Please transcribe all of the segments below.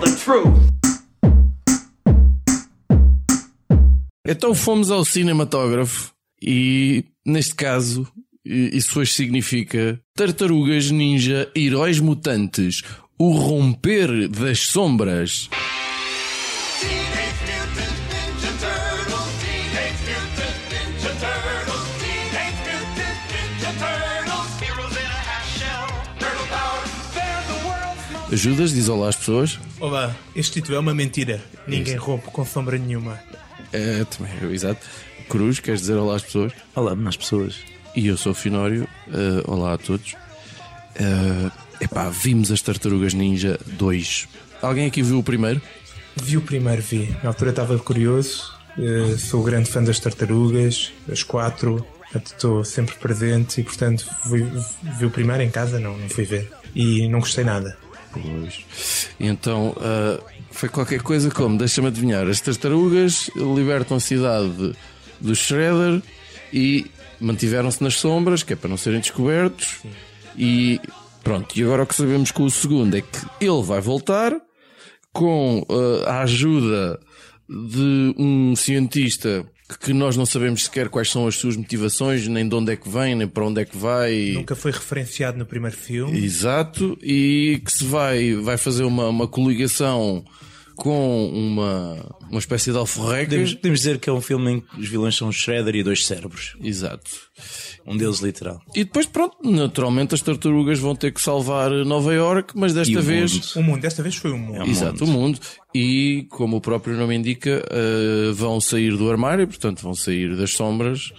the truth. Então fomos ao cinematógrafo e, neste caso, isso hoje significa Tartarugas Ninja Heróis Mutantes, o romper das sombras. Ajudas, diz olá às pessoas. Olá, este título é uma mentira. Ninguém rompe com sombra nenhuma. É, também, exato. Cruz, queres dizer olá às pessoas? Olá, nas pessoas. E eu sou o Finório. Olá a todos. Vimos as Tartarugas Ninja 2. Alguém aqui viu o primeiro? Vi o primeiro, vi. Na altura estava curioso. Sou grande fã das tartarugas, as 4. Estou sempre presente e, portanto, vi o primeiro em casa, não fui ver. E não gostei nada. Pois. Então, foi qualquer coisa como, deixa-me adivinhar, as tartarugas libertam a cidade do Shredder e mantiveram-se nas sombras, que é para não serem descobertos. Sim. E pronto, e agora o que sabemos com o segundo é que ele vai voltar com a ajuda de um cientista que nós não sabemos sequer quais são as suas motivações, nem de onde é que vem, nem para onde é que vai. Nunca foi referenciado no primeiro filme. Exato, e que se vai fazer uma coligação com uma espécie de alforrecas. Podemos dizer que é um filme em que os vilões são um Shredder e 2 cérebros. Exato. Um deles literal. E depois, pronto, naturalmente as tartarugas vão ter que salvar Nova York, mas desta vez... O mundo, desta vez foi o mundo. Exato, o mundo. E, como o próprio nome indica, vão sair do armário, portanto vão sair das sombras.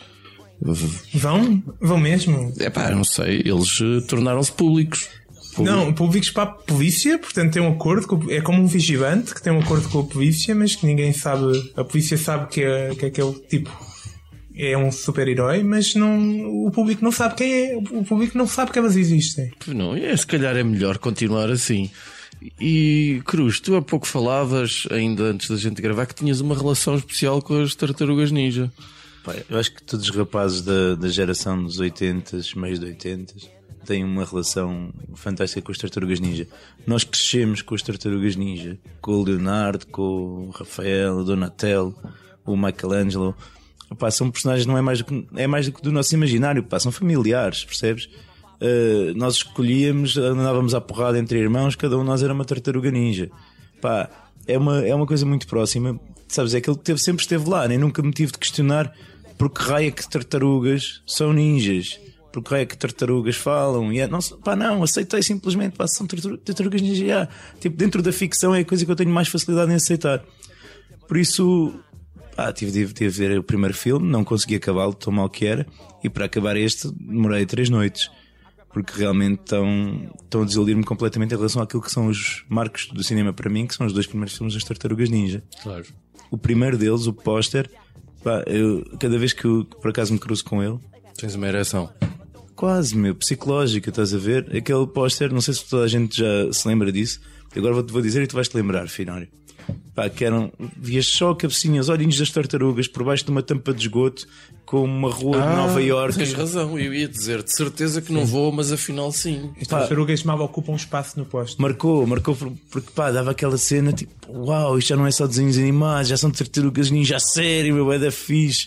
Vão mesmo? Não sei, eles tornaram-se públicos. Não, públicos para a polícia, portanto tem um acordo é como um vigilante que tem um acordo com a polícia, mas que ninguém sabe. A polícia sabe que aquele tipo é um super-herói, mas o público não sabe quem é. O público não sabe que elas existem. Não, se calhar é melhor continuar assim. E Cruz, tu há pouco falavas, ainda antes da gente gravar, que tinhas uma relação especial com as Tartarugas Ninja. Pai, eu acho que todos os rapazes da geração dos 80s, meios de 80s, têm uma relação fantástica com as Tartarugas Ninja. Nós crescemos com as Tartarugas Ninja, com o Leonardo, com o Rafael, o Donatello, o Michelangelo. São personagens, não é mais do que do nosso imaginário, são familiares, percebes? Nós escolhíamos, andávamos à porrada entre irmãos, cada um de nós era uma Tartaruga Ninja. É uma coisa muito próxima, sabes? É que ele sempre esteve lá, nem nunca me tive de questionar por que raio é que tartarugas são ninjas, por que raio é que tartarugas falam. Não, aceitei simplesmente, são tartarugas ninja. Tipo, dentro da ficção é a coisa que eu tenho mais facilidade em aceitar. Por isso, tive de ver o primeiro filme, não consegui acabá-lo, tão mal que era, e para acabar este demorei 3 noites. Porque realmente estão a desiludir-me completamente em relação àquilo que são os marcos do cinema para mim, que são os 2 primeiros filmes das Tartarugas Ninja. Claro. O primeiro deles, o póster, cada vez que eu por acaso me cruzo com ele, tens uma ereção. Quase, psicológica, estás a ver? Aquele póster, não sei se toda a gente já se lembra disso, agora vou dizer e tu vais-te lembrar, Finório. Que vias só cabecinhas, olhinhos das tartarugas por baixo de uma tampa de esgoto com uma rua de Nova Iorque. Tens razão, eu ia dizer de certeza que não vou, mas afinal sim. As tartarugas mal ocupam espaço no posto. Marcou porque dava aquela cena tipo, uau, isto já não é só desenhos animados, já são tartarugas ninja a sério, é da fixe.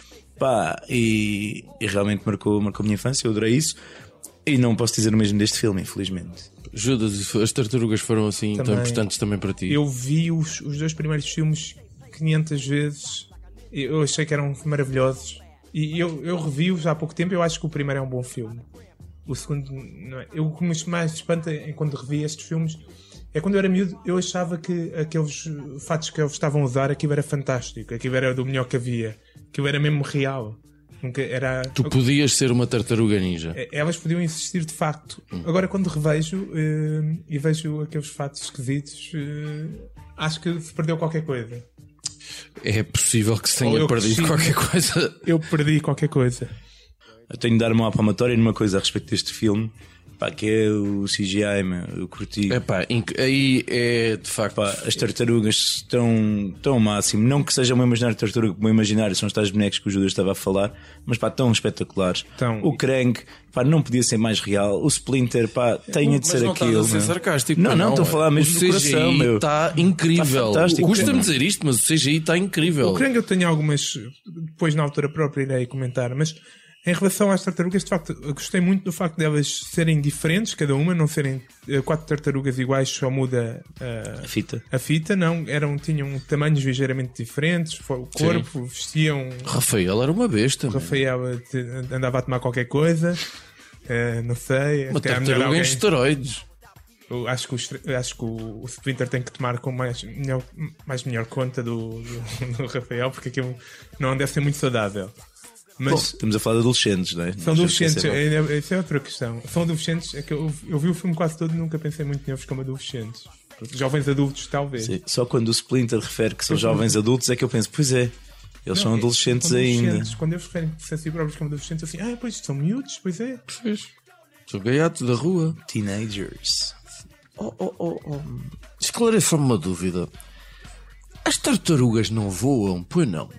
E realmente marcou a minha infância, eu adorei isso. E não posso dizer o mesmo deste filme, infelizmente. Judas, as tartarugas foram assim tão importantes também para ti? Eu vi os 2 primeiros filmes 500 vezes. Eu achei que eram maravilhosos. E eu revi-os há pouco tempo. Eu acho que o primeiro é um bom filme. O segundo não é. O que me mais espanta quando revi estes filmes é quando eu era miúdo, eu achava que aqueles fatos que eles estavam a usar, aquilo era fantástico, aquilo era do melhor que havia, aquilo era mesmo real. Nunca era... Tu podias ser uma tartaruga ninja. Elas podiam existir de facto. Agora, quando revejo e vejo aqueles fatos esquisitos, acho que se perdeu qualquer coisa. É possível que se tenha perdido qualquer coisa. Eu perdi qualquer coisa. Eu tenho de dar uma palmatória numa coisa a respeito deste filme, Pá, que é o CGI, meu, eu curti. Epá, aí é de facto. Pá, as tartarugas estão ao máximo. Não que seja uma imaginária tartaruga como imaginário, são os tais bonecos que o Judas estava a falar, mas pá, tão espetaculares. Então, o Krang, pá, não podia ser mais real. O Splinter, pá, tem de ser não aquilo. Estás a ser sarcástico. Não, estou a falar mesmo do coração, meu. Está incrível. Está fantástico. Custa-me dizer isto, mas o CGI está incrível. O Krang eu tenho algumas, depois na altura própria irei comentar, mas em relação às tartarugas, de facto, eu gostei muito do facto de elas serem diferentes, cada uma, não serem 4 tartarugas iguais, só muda a fita. Não, tinham tamanhos ligeiramente diferentes, o corpo, vestiam. Rafael era uma besta. O Rafael andava a tomar qualquer coisa, não sei. Uma tartaruga em esteroides. Eu acho que o Splinter tem que tomar com melhor conta do Rafael, porque aquilo não deve ser muito saudável. Mas bom, estamos a falar de adolescentes, não é? São adolescentes, isso é outra questão. São adolescentes, é que eu vi o filme quase todo e nunca pensei muito neles como adolescentes. Jovens adultos, talvez. Sim, só quando o Splinter refere que são jovens adultos é que eu penso, pois é, eles são adolescentes ainda. Quando eles referem-se a si próprios como adolescentes, assim, pois são miúdos, pois é. Pois. São gaiatos da rua. Teenagers. Esclareça-me uma dúvida. As tartarugas não voam, pois não?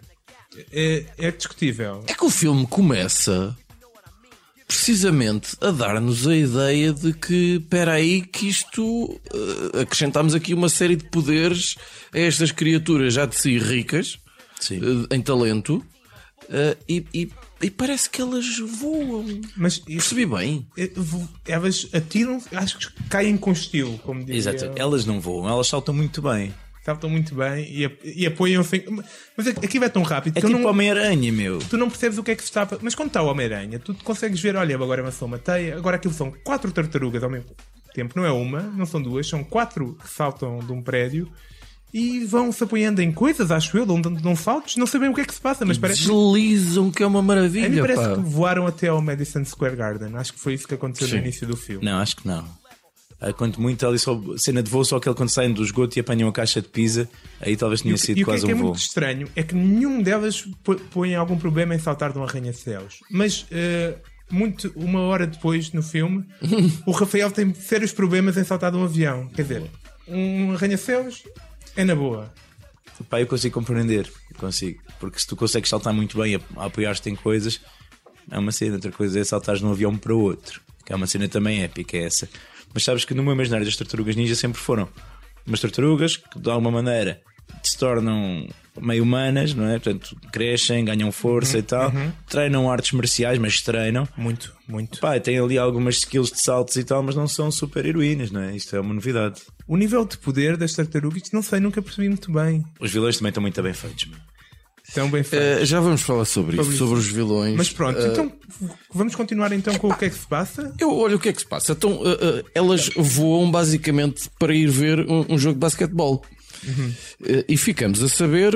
É discutível. É que o filme começa precisamente a dar-nos a ideia de que, espera aí, que isto acrescentamos aqui uma série de poderes a estas criaturas já de si ricas, em talento, e parece que elas voam. Mas percebi bem. Elas atiram, acho que caem com estilo, como diria. Exato, elas não voam, elas saltam muito bem. Saltam muito bem e apoiam-se. Mas aquilo é tão rápido que tipo não... Homem-Aranha, meu. Tu não percebes o que é que se está. Mas quando está o Homem-Aranha, tu consegues ver, olha, agora amassou uma teia, agora aquilo são 4 tartarugas ao mesmo tempo. Não é uma, não são duas, são 4 que saltam de um prédio e vão-se apoiando em coisas, acho eu, dão saltos, não sabem o que é que se passa, mas parece. Deslizam, que é uma maravilha. A mim parece que voaram até ao Madison Square Garden. Acho que foi isso que aconteceu no início do filme. Não, acho que não. Quanto muito ali só cena de voo, só aquele quando saem do esgoto e apanham a caixa de pizza, aí talvez tenha sido quase um voo. E o que é muito estranho é que nenhum delas põe algum problema em saltar de um arranha-céus. Mas uma hora depois no filme, o Rafael tem sérios problemas em saltar de um avião. Quer dizer, um arranha-céus é na boa. Pá, eu consigo compreender, porque se tu consegues saltar muito bem a apoiar-te em coisas, é uma cena. Outra coisa é saltares de um avião para o outro, que é uma cena também épica, é essa. Mas sabes que no meu imaginário das tartarugas ninja sempre foram umas tartarugas que de alguma maneira se tornam meio humanas, não é? Portanto, crescem, ganham força e tal, treinam artes marciais, mas treinam muito. Pá, têm ali algumas skills de saltos e tal, mas não são super heroínas, não é? Isto é uma novidade. O nível de poder das tartarugas, não sei, nunca percebi muito bem. Os vilões também estão muito bem feitos, meu. Estão bem feitos. Já vamos falar sobre os vilões. Mas pronto, então vamos continuar então com o que é que se passa? Olha o que é que se passa. Então, elas voam basicamente para ir ver um jogo de basquetebol. E ficamos a saber,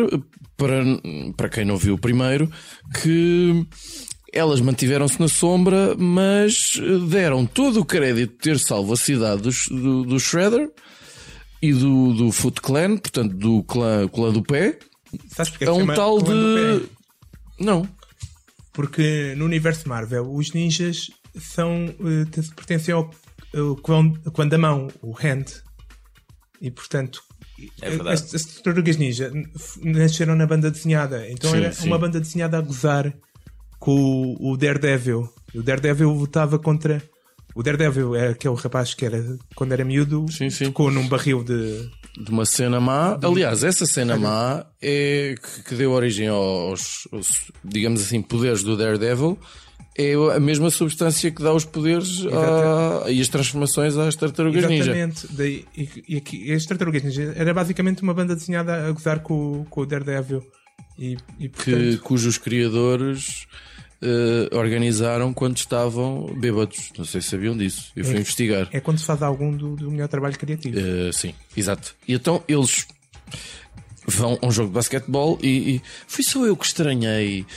para quem não viu o primeiro, que elas mantiveram-se na sombra, mas deram todo o crédito de ter salvo a cidade do Shredder e do Foot Clan, portanto do clã do pé. Sabes porque é um tal de... Não. Porque no universo Marvel os ninjas pertencem ao clã da mão, o Hand. E portanto as tartarugas ninja nasceram na banda desenhada. Então uma banda desenhada a gozar com o Daredevil. O Daredevil votava contra... O Daredevil é aquele rapaz que era, quando era miúdo, ficou num barril de uma cena má. Aliás, essa cena má é que deu origem aos, digamos assim, poderes do Daredevil. É a mesma substância que dá os poderes e as transformações às tartarugas ninja. Exatamente. E aqui, as tartarugas ninja era basicamente uma banda desenhada a gozar com o Daredevil. Portanto... Cujos criadores... organizaram quando estavam bêbados. Não sei se sabiam disso. Eu fui investigar. É quando se faz algum do melhor trabalho criativo. Sim, exato. E então eles vão a um jogo de basquetebol e fui só eu que estranhei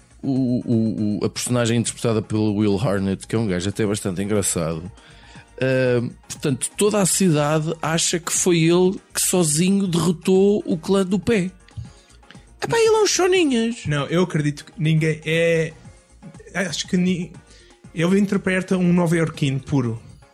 a personagem interpretada pelo Will Harnett, que é um gajo até bastante engraçado. Portanto, toda a cidade acha que foi ele que sozinho derrotou o clã do pé. Epá, ele é um choninhas. Não, eu acredito que ninguém é... Acho que ele interpreta um nova-iorquino puro.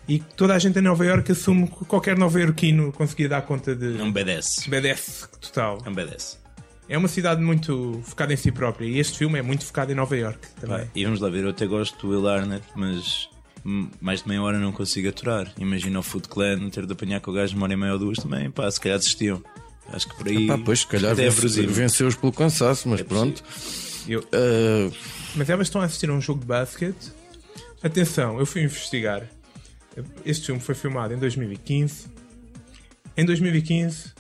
e toda a gente em Nova Iorque assume que qualquer nova-iorquino conseguia dar conta de... É um badass. BDS total. É um badass. É uma cidade muito focada em si própria, e este filme é muito focado em Nova Iorque também. E vamos lá ver, eu até gosto do Will Arnett, mas mais de meia hora não consigo aturar. Imagina o Foot Clan ter de apanhar com o gajo 1h30 ou 2 também, pá, se calhar desistiam. Acho que por aí. Pois, se calhar venceu-os pelo cansaço, mas pronto. Mas elas estão a assistir a um jogo de basquete. Atenção, eu fui investigar. Este filme foi filmado em 2015. Em 2015,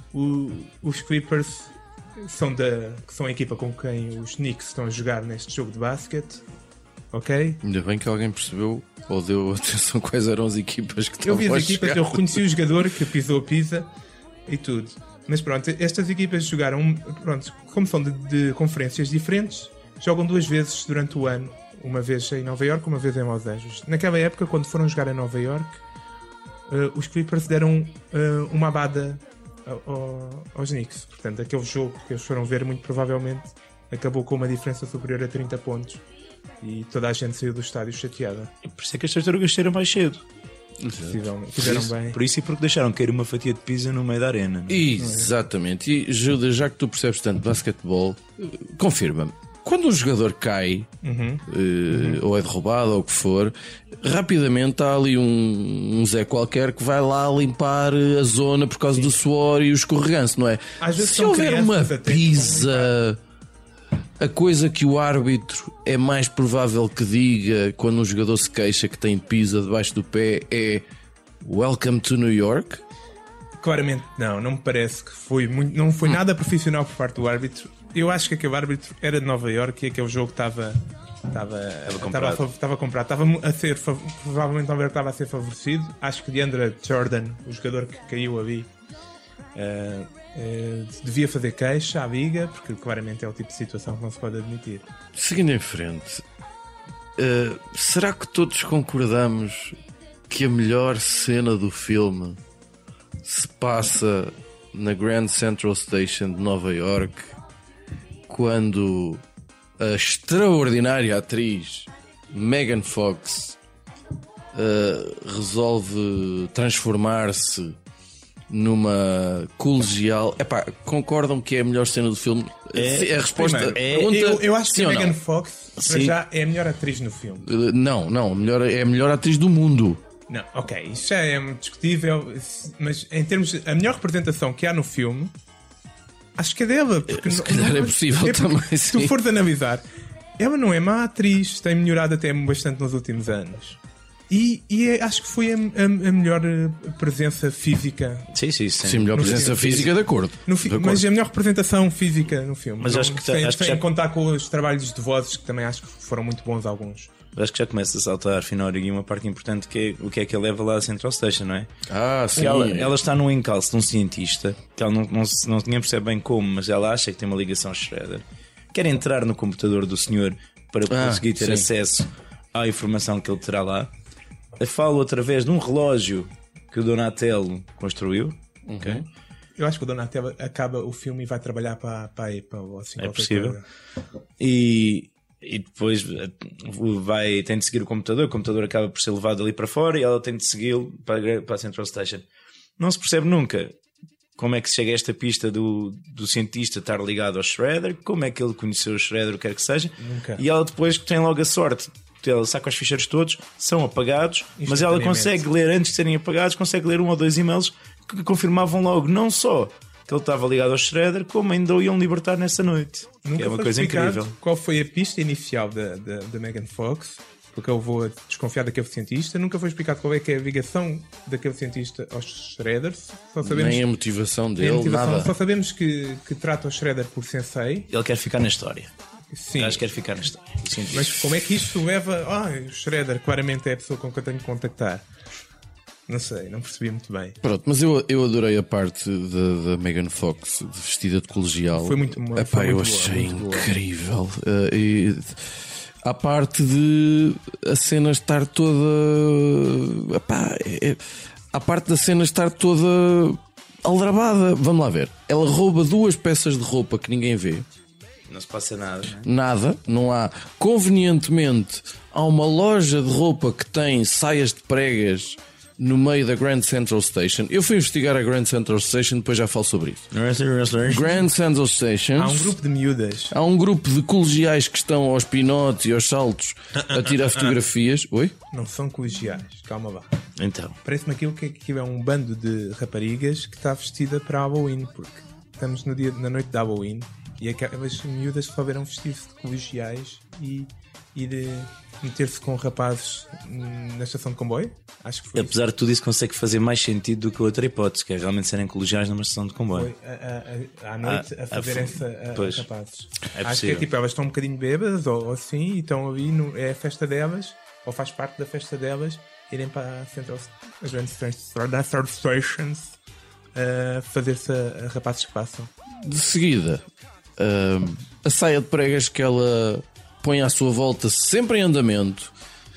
os Clippers que são a equipa com quem os Knicks estão a jogar neste jogo de basquete. Ok? Ainda bem que alguém percebeu ou deu atenção quais eram as equipas que Eu estavam vi a as equipas, chegar. eu reconheci o jogador que pisou a pizza e tudo. Mas pronto, estas equipas jogaram, pronto, como são de conferências diferentes, jogam 2 vezes durante o ano. Uma vez em Nova Iorque, uma vez em Los Angeles. Naquela época, quando foram jogar em Nova Iorque, os Clippers deram uma abada aos Knicks. Portanto, aquele jogo que eles foram ver, muito provavelmente, acabou com uma diferença superior a 30 pontos. E toda a gente saiu do estádio chateada. Por isso é que as tartarugas saíram mais cedo. Fizeram bem. Por isso e porque deixaram cair uma fatia de pizza no meio da arena. Exatamente. E Judas, já que tu percebes tanto de basquetebol, confirma-me. Quando um jogador cai, ou é derrubado, ou o que for, rapidamente há ali um Zé qualquer que vai lá limpar a zona por causa do suor e o escorreganço, não é? Às vezes Se houver uma crianças até que pisa, a coisa que o árbitro é mais provável que diga quando um jogador se queixa que tem pisa debaixo do pé é Welcome to New York. Claramente não me parece que foi muito, não foi nada profissional por parte do árbitro. Eu acho que aquele árbitro era de Nova Iorque e aquele jogo estava comprado, estava a ser, provavelmente Nova Iorque estava a ser favorecido. Acho que DeAndre Jordan, o jogador que caiu ali, devia fazer queixa à liga, porque claramente é o tipo de situação que não se pode admitir. Seguindo em frente, será que todos concordamos que a melhor cena do filme se passa na Grand Central Station de Nova Iorque, quando a extraordinária atriz Megan Fox resolve transformar-se numa colegial? Epá, concordam que é a melhor cena do filme? A resposta eu acho que a Megan não? Fox para já é a melhor atriz no filme. Não, é a melhor atriz do mundo. Não, ok, isso já é muito discutível, mas em termos a melhor representação que há no filme, acho que é dela. Porque se calhar é possível também. Se tu fores analisar, ela não é má atriz, tem melhorado até bastante nos últimos anos. E acho que foi a melhor presença física. Sim, melhor presença física, de acordo. Mas a melhor representação física no filme. Mas acho que sem contar com os trabalhos de vozes, que também acho que foram muito bons alguns. Acho que já começa a saltar, Finório, e uma parte importante que é o que é que ele leva lá à Central Station, não é? Sim. Ela está num encalço de um cientista que ela não ninguém percebe bem como, mas ela acha que tem uma ligação a Shredder. Quer entrar no computador do senhor para conseguir ter acesso à informação que ele terá lá. Falo através de um relógio que o Donatello construiu. Okay? Eu acho que o Donatello acaba o filme e vai trabalhar para o assim. É possível. E depois tem de seguir o computador acaba por ser levado ali para fora e ela tem de segui-lo para a Central Station. Não se percebe nunca como é que se chega a esta pista do cientista estar ligado ao Shredder, como é que ele conheceu o Shredder, o que quer que seja. Nunca. E ela depois tem logo a sorte. Ela saca os ficheiros todos, são apagados, mas ela consegue ler, antes de serem apagados, consegue ler 1 ou 2 e-mails que confirmavam logo não só que ele estava ligado ao Shredder, como ainda o iam libertar nessa noite. Nunca é uma foi coisa incrível. Qual foi a pista inicial da Megan Fox? Porque eu vou desconfiar daquele cientista. Nunca foi explicado qual é que é a ligação daquele cientista aos Shredders. Só sabemos nem a motivação dele, nada. Só sabemos que trata o Shredder por sensei. Ele quer ficar na história. Sim. Acho que quer ficar na história. Mas como é que isto leva... o Shredder claramente é a pessoa com quem eu tenho que contactar. Não sei, não percebi muito bem. Pronto, mas eu adorei a parte da Megan Fox vestida de colegial. Foi muito boa. Eu achei incrível. E a parte de a cena estar toda... a parte da cena estar toda aldrabada. Vamos lá ver. Ela rouba 2 peças de roupa que ninguém vê. Não se passa nada, né? Nada, não há. Convenientemente, há uma loja de roupa que tem saias de pregas no meio da Grand Central Station. Eu fui investigar a Grand Central Station, depois já falo sobre isso. Grand Central Station. Há um grupo de miúdas. Há um grupo de colegiais que estão aos pinotes e aos saltos a tirar fotografias. Oi? Não são colegiais, calma lá. Então, Parece-me aquilo que é um bando de raparigas que está vestida para Halloween, porque estamos na noite de Halloween e aquelas miúdas resolveram vestir-se de colegiais e de meter-se com rapazes na estação de comboio. Acho que foi apesar de tudo isso, consegue fazer mais sentido do que a outra hipótese, que é realmente serem colegiais numa estação de comboio. Foi à noite a fazer essa a pois. rapazes. É Acho que é possível. tipo, elas estão um bocadinho bêbadas ou assim, e estão ali, é a festa delas, ou faz parte da festa delas, irem para a Central Stations fazer-se a rapazes que passam. De seguida, a saia de pregas que ela põe à sua volta, sempre em andamento,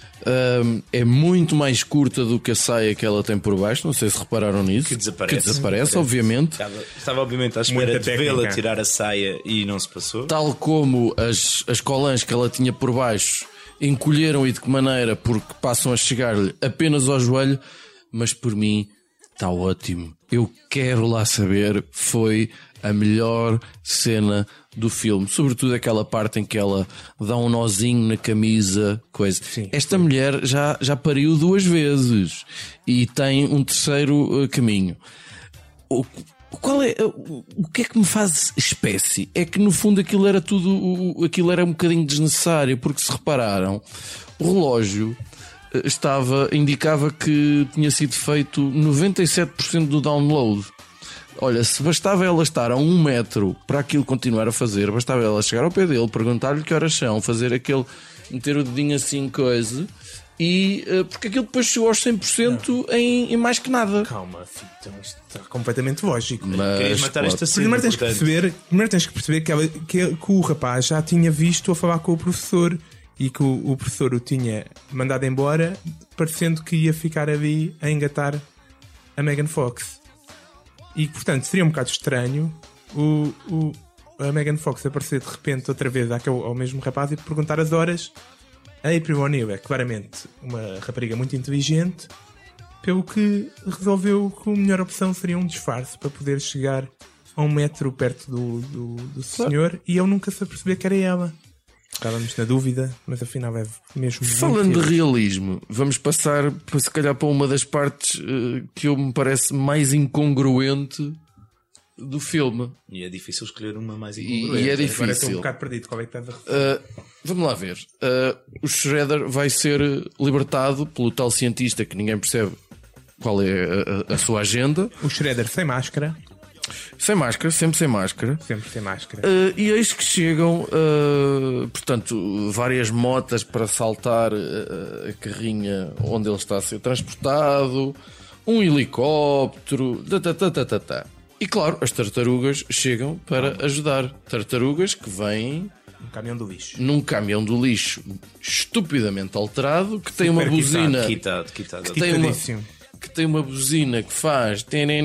é muito mais curta do que a saia que ela tem por baixo. Não sei se repararam nisso. Que desaparece. Obviamente. Estava obviamente à espera Muita de técnica. vê-la tirar a saia e não se passou. Tal como as colãs que ela tinha por baixo encolheram, e de que maneira, porque passam a chegar-lhe apenas ao joelho. Mas por mim está ótimo. Eu quero lá saber. Foi a melhor cena do filme, sobretudo aquela parte em que ela dá um nozinho na camisa, coisa. Sim. Esta mulher já pariu 2 vezes e tem um terceiro caminho. O que é que me faz espécie? É que no fundo aquilo era um bocadinho desnecessário, porque se repararam, o relógio indicava que tinha sido feito 97% do download. Olha, se bastava ela estar a 1 metro para aquilo continuar a fazer, bastava ela chegar ao pé dele, perguntar-lhe que horas são, fazer aquele, meter o dedinho assim, coisa, e porque aquilo depois chegou aos 100% em mais que nada. Calma, filho, então isto está completamente lógico. Querias Mas matar esta cena, Primeiro tens portanto. que perceber que o rapaz já tinha visto a falar com o professor e que o professor o tinha mandado embora, parecendo que ia ficar ali a engatar a Megan Fox. E portanto seria um bocado estranho a Megan Fox aparecer de repente outra vez ao mesmo rapaz e perguntar as horas. A April O'Neil é claramente uma rapariga muito inteligente, pelo que resolveu que a melhor opção seria um disfarce para poder chegar a 1 metro perto do senhor e eu nunca se aperceber que era ela. Estávamos na dúvida, mas afinal é mesmo. Falando de realismo, vamos passar se calhar para uma das partes que me parece mais incongruente do filme. E é difícil escolher uma mais E incongruente. é Agora estou um difícil. bocado perdido. Qual é que estás a referir? Vamos lá ver. O Shredder vai ser libertado pelo tal cientista que ninguém percebe qual é a sua agenda. O Shredder sem máscara. Sem máscara, sempre sem máscara. Sempre sem máscara. E eis que chegam, portanto, várias motas para saltar a carrinha onde ele está a ser transportado, um helicóptero, E claro, as tartarugas chegam para ajudar. Tartarugas que vêm Um caminhão do lixo. num caminhão do lixo estupidamente alterado, que tem uma Super buzina, Quitado. que tem uma buzina que faz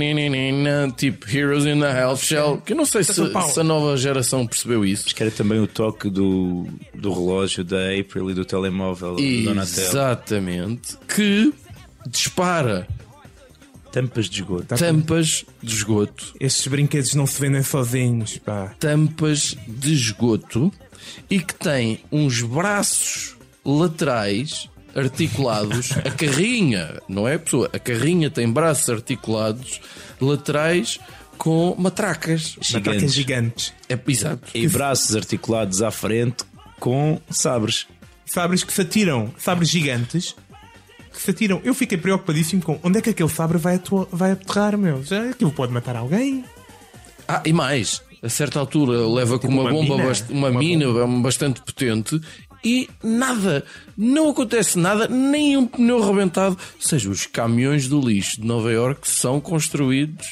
tipo Heroes in the Hell Shell, que eu não sei se a nova geração percebeu isso. Acho que era também o toque do relógio da April e do telemóvel do Donatello. Exatamente. Que dispara Tampas de esgoto. tampas de esgoto. Estes brinquedos não se vendem sozinhos, pá. Tampas de esgoto. E que tem uns braços laterais articulados. A carrinha, não é a pessoa, a carrinha tem braços articulados laterais com matracas. Matracas gigantes. Exato. E braços articulados à frente com sabres. Sabres que se atiram. Sabres gigantes que se atiram. Eu fiquei preocupadíssimo com onde é que aquele sabre vai aterrar, meu. Já aquilo pode matar alguém. E mais, a certa altura leva com uma bomba, uma mina bastante potente e nada, não acontece nada, nem um pneu rebentado. Ou seja, os caminhões do lixo de Nova Iorque são construídos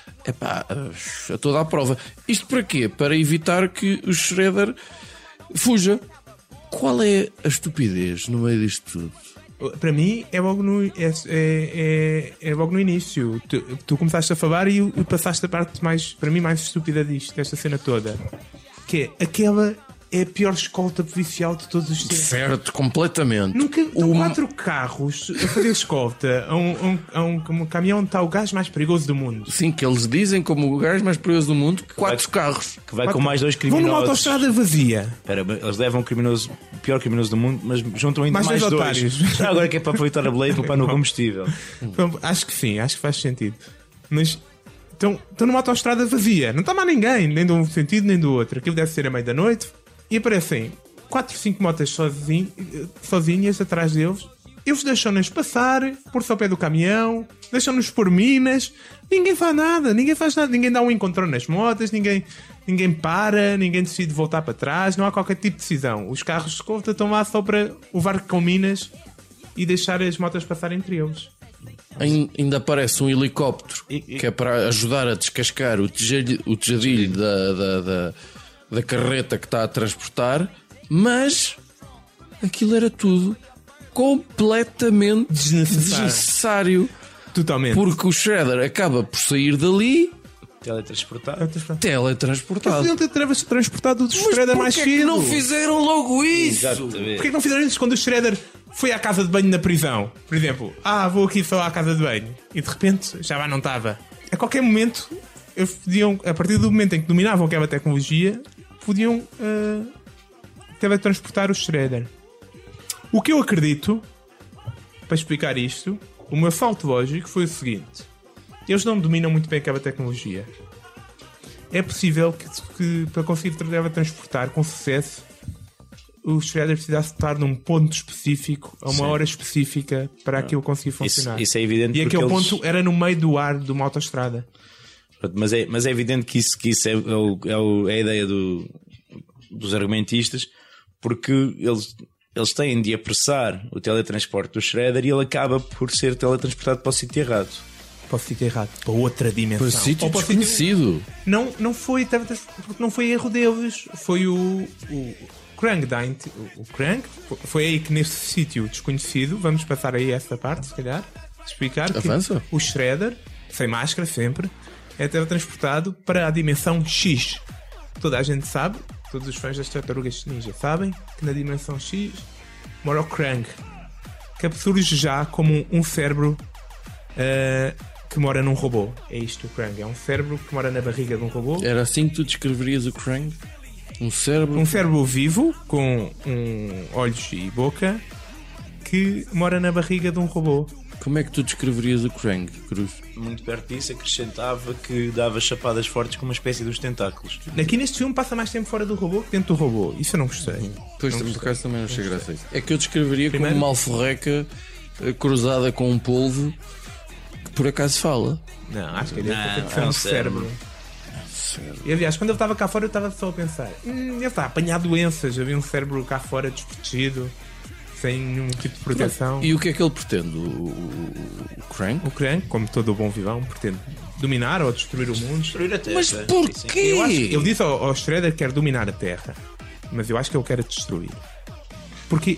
a toda a prova. Isto para quê? Para evitar que o Shredder fuja. Qual é a estupidez no meio disto tudo? Para mim é logo no início. Tu começaste a falar e passaste a parte mais, para mim, mais estúpida desta cena toda. que é aquela é a pior escolta policial de todos os tempos. Certo, completamente. Nunca estão 4 carros a fazer escolta a um caminhão onde está o gajo mais perigoso do mundo. Sim, que eles dizem como o gajo mais perigoso do mundo, 4 carros. Que vai com mais 2 criminosos. Vão numa autoestrada vazia. Espera, eles levam o pior criminoso do mundo, mas juntam ainda Mais mais dois 2. otários. Já agora que é para aproveitar a boleia e poupar no combustível. Então, acho que sim, acho que faz sentido. Mas estão numa autoestrada vazia. Não está mais ninguém, nem de um sentido nem do outro. Aquilo deve ser a meia da noite. E aparecem 4, 5 motas sozinhas atrás deles. Eles deixam-nos passar, pôr-se ao pé do caminhão, deixam-nos pôr minas. Ninguém faz nada, ninguém dá um encontrão nas motas, ninguém para, ninguém decide voltar para trás, não há qualquer tipo de decisão. Os carros de escolta estão lá só para levar com minas e deixar as motas passar entre eles. Ainda aparece um helicóptero que é para ajudar a descascar o tejadilho da carreta que está a transportar, mas aquilo era tudo completamente desnecessário. Totalmente. Porque o Shredder acaba por sair dali teletransportado. Podiam ter transportado o Shredder mais cedo. Mas porquê que não fizeram logo isso? Porquê que não fizeram isso quando o Shredder foi à casa de banho na prisão? Por exemplo, vou aqui só à casa de banho e de repente já lá não estava. A qualquer momento, eles podiam, a partir do momento em que dominavam aquela tecnologia, podiam teletransportar o Shredder. O que eu acredito, para explicar isto, o meu salto lógico foi o seguinte: eles não dominam muito bem aquela tecnologia. É possível que para conseguir teletransportar com sucesso, o Shredder precisasse estar num ponto específico, a uma hora específica, para aquilo conseguir funcionar. Isso é evidente. E aquele ponto era no meio do ar de uma autoestrada. Mas é evidente que isso é a ideia dos argumentistas, porque eles têm de apressar o teletransporte do Shredder e ele acaba por ser teletransportado para o sítio errado. Para o sítio errado, para outra dimensão. Para o sítio desconhecido. Não foi erro deles, foi o Krang. O Krang foi aí que nesse sítio desconhecido, vamos passar aí essa parte, se calhar, explicar que o Shredder, sem máscara sempre, é teletransportado para a dimensão X. Toda a gente sabe, todos os fãs das Tartarugas Ninja sabem que na dimensão X mora o Krang, que surge já como um cérebro que mora num robô. É isto o Krang, é um cérebro que mora na barriga de um robô. Era assim que tu descreverias o Krang? Um cérebro vivo com olhos e boca que mora na barriga de um robô. Como é que tu descreverias o Krang, Cruz? Muito perto disso, acrescentava que dava chapadas fortes com uma espécie dos tentáculos. Aqui neste filme passa mais tempo fora do robô que dentro do robô. Isso eu não gostei. Pois, por acaso também não achei graça a isso. É que eu descreveria como uma alforreca cruzada com um polvo que por acaso fala. Não, acho que é um cérebro. E aliás, quando eu estava cá fora, eu estava só a pensar: ele está a apanhar doenças. Havia um cérebro cá fora desprotegido, sem nenhum tipo de proteção. E o que é que ele pretende? O Krang? O Krang, como todo o bom vilão, pretende dominar ou destruir o mundo. Destruir a Terra. Mas porquê? Ele disse ao Shredder que quer dominar a Terra, mas eu acho que ele quer destruir. Porque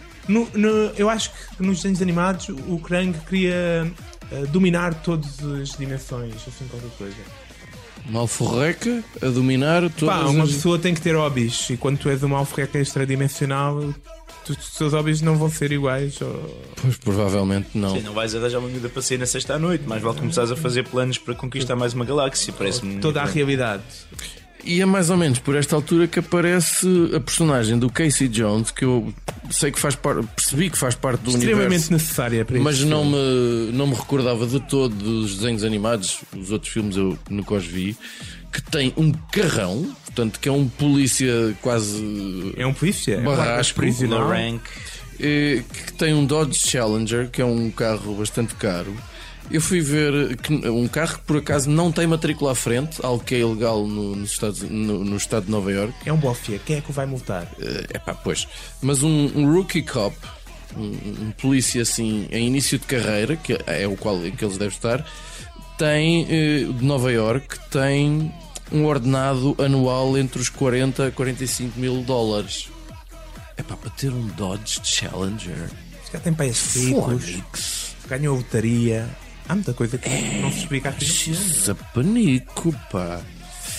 eu acho que nos desenhos animados o Krang queria dominar todas as dimensões, assim, qualquer coisa. Uma alforreca a dominar todas uma pessoa tem que ter hobbies, e quando tu és uma alforreca extradimensional, os teus hobbies não vão ser iguais. Pois provavelmente não. Sim, não vais arranjar uma miúda para sair na sexta à noite, mas vale começares a fazer planos para conquistar mais uma galáxia. Parece-me toda a realidade. E é mais ou menos por esta altura que aparece a personagem do Casey Jones, que eu sei que percebi que faz parte do extremamente universo, necessária para mas não me recordava de todo dos desenhos animados. Os outros filmes eu nunca os vi. Que tem um carrão, portanto, que é um polícia quase. É um polícia? Barrasco, low rank. Que tem um Dodge Challenger, que é um carro bastante caro. Eu fui ver um carro que por acaso não tem matrícula à frente, algo que é ilegal no estado de Nova Iorque. É um bofia, quem é que o vai multar? Pois. Mas um rookie cop, um polícia assim em início de carreira, que é o qual que eles devem estar, tem de Nova Iorque, tem um ordenado anual entre os 40 a 45 mil dólares. Para ter um Dodge Challenger. Já tem pais ricos, ganham a lotaria. Há muita coisa que não se explica aqui. Panico, pá.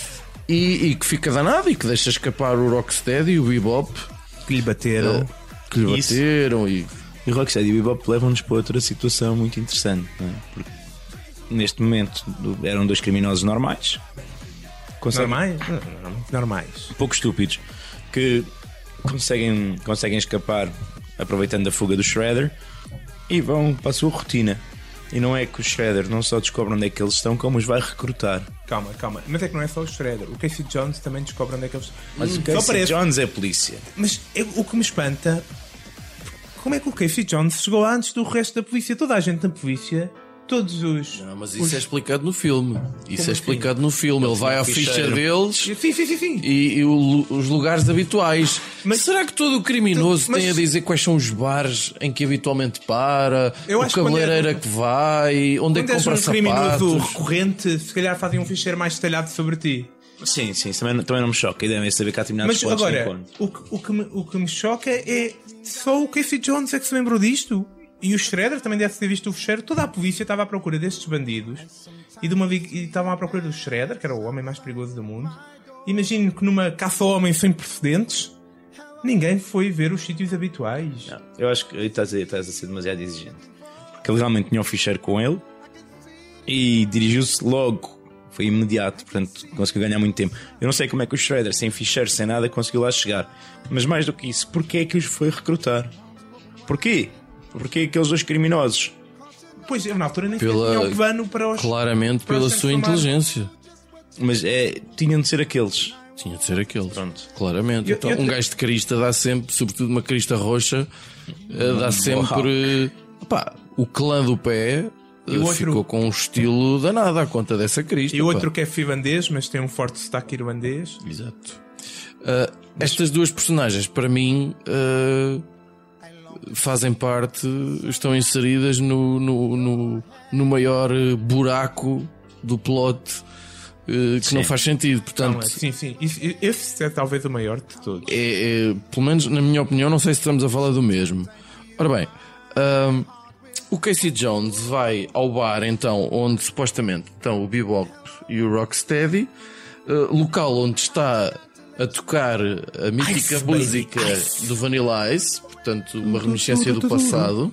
e que fica danado e que deixa escapar o Rocksteady e o Bebop Que lhe bateram. que lhe Isso. bateram E o Rocksteady e o Bebop levam-nos para outra situação muito interessante, não é? Porque neste momento eram dois criminosos normais, Normais? Normais. um pouco estúpidos, que conseguem escapar aproveitando a fuga do Shredder e vão para a sua rotina. E não é que o Shredder não só descobre onde é que eles estão, como os vai recrutar. Calma. Mas é que não é só o Shredder. O Casey Jones também descobre onde é que eles... Mas o Só Casey parece- Jones é polícia. Mas o que me espanta... Como é que o Casey Jones chegou antes do resto da polícia? Toda a gente na polícia... Todos os... Não, mas isso é explicado no filme. Isso Como é explicado no filme. Ele vai à ficha ficheiro. deles Sim. e os lugares habituais. Mas- será que todo o criminoso Mas- tem a dizer quais são os bares em que habitualmente para? Eu O acho que quando cabeleireiro que vai? Onde é que Quando és compra um criminoso sapatos? recorrente, se calhar fazem um ficheiro mais detalhado sobre ti. Sim, também não me choca. A ideia é saber que há determinados Mas spots agora, em conta. o que me choca é só o Casey Jones é que se lembrou disto. E o Shredder também deve ter visto o ficheiro. Toda a polícia estava à procura destes bandidos e estavam à procura do Shredder, que era o homem mais perigoso do mundo. Imagino que numa caça ao homem sem precedentes, ninguém foi ver os sítios habituais. Não, eu acho que aí estás a ser demasiado exigente. Porque ele realmente tinha um ficheiro com ele e dirigiu-se logo. Foi imediato, portanto conseguiu ganhar muito tempo. Eu não sei como é que o Shredder, sem ficheiro, sem nada, conseguiu lá chegar. Mas mais do que isso, porquê é que os foi recrutar? Porquê? Porquê aqueles dois criminosos? Pois, eu na altura nem sequer Pela- tinha o plano para os... Claramente para os pela sua transformar. inteligência. Mas tinham de ser aqueles. Tinha de ser aquele. Pronto. Claramente. Eu- Então, eu- um gajo de crista dá sempre, sobretudo uma crista roxa, dá sempre. Pá, o clã do pé E o outro- ficou com um estilo danado à conta dessa crista. E o pá. outro que é finlandês, mas tem um forte sotaque irlandês. Exato. Estas duas personagens, para mim, fazem parte, estão inseridas no maior buraco do plot que não faz sentido. Portanto, Sim. Esse é talvez o maior de todos. pelo menos na minha opinião, não sei se estamos a falar do mesmo. Ora bem, o Casey Jones vai ao bar, então, onde supostamente estão o Bebop e o Rocksteady, local onde está a tocar a mítica Ice, baby, música ice. do Vanilla Ice, portanto, uma reminiscência do passado.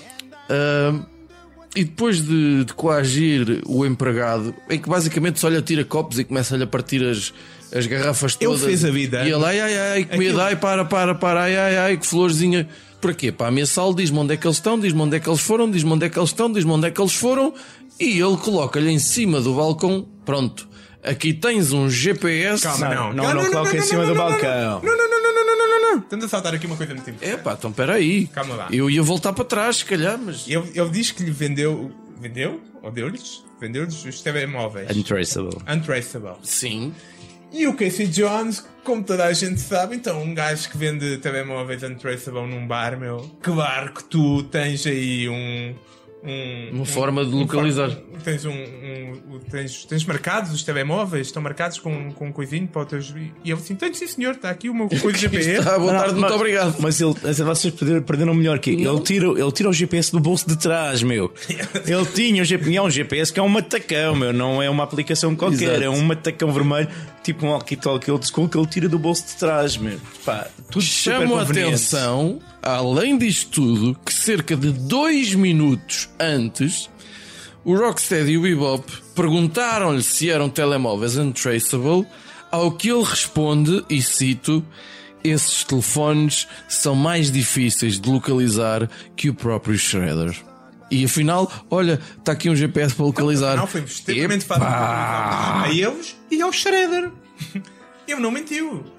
E depois de coagir o empregado, em que basicamente só lhe atira copos e começa-lhe a partir as garrafas Ele todas. fez a vida. E ele, ai, comida, ai, para, ai, que florzinha. Para quê? Para ameaçá-lo, diz-me onde é que eles estão, diz-me onde é que eles foram, diz-me onde é que eles estão, diz-me onde é que eles foram, e ele coloca-lhe em cima do balcão, pronto, aqui tens um GPS. Calma, Não coloca em cima do balcão. Não. Estamos a saltar aqui uma coisa muito importante. Epá, então espera aí. Calma lá. Eu ia voltar para trás, se calhar, mas... Ele diz que lhe vendeu? Ou deu-lhes? Vendeu-lhes os telemóveis. Untraceable. Untraceable. Sim. E o Casey Jones, como toda a gente sabe, então um gajo que vende telemóveis untraceable num bar, meu, claro que tu tens aí Uma forma de localizar. Tens marcados os telemóveis, estão marcados com um coisinho para o teu... E ele assim, tenho sim senhor, está aqui o meu coisa GPS. Está, boa tarde, muito obrigado. Mas vocês perderam melhor que ele tira o GPS do bolso de trás, meu. Ele tinha um GPS que é um matacão, meu. Não é uma aplicação qualquer, Exato. é um matacão vermelho, tipo um walkie-talkie old school que ele tira do bolso de trás, meu. Pá, tudo super Chamo a conveniente. atenção, além disto tudo, que cerca de 2 minutos antes, o Rocksteady e o Bebop perguntaram-lhe se eram telemóveis untraceable, ao que ele responde, e cito: esses telefones são mais difíceis de localizar que o próprio Shredder. E afinal, olha, está aqui um GPS para localizar. Não, foi extremamente fácil de localizar a eles e ao Shredder. Ele não mentiu.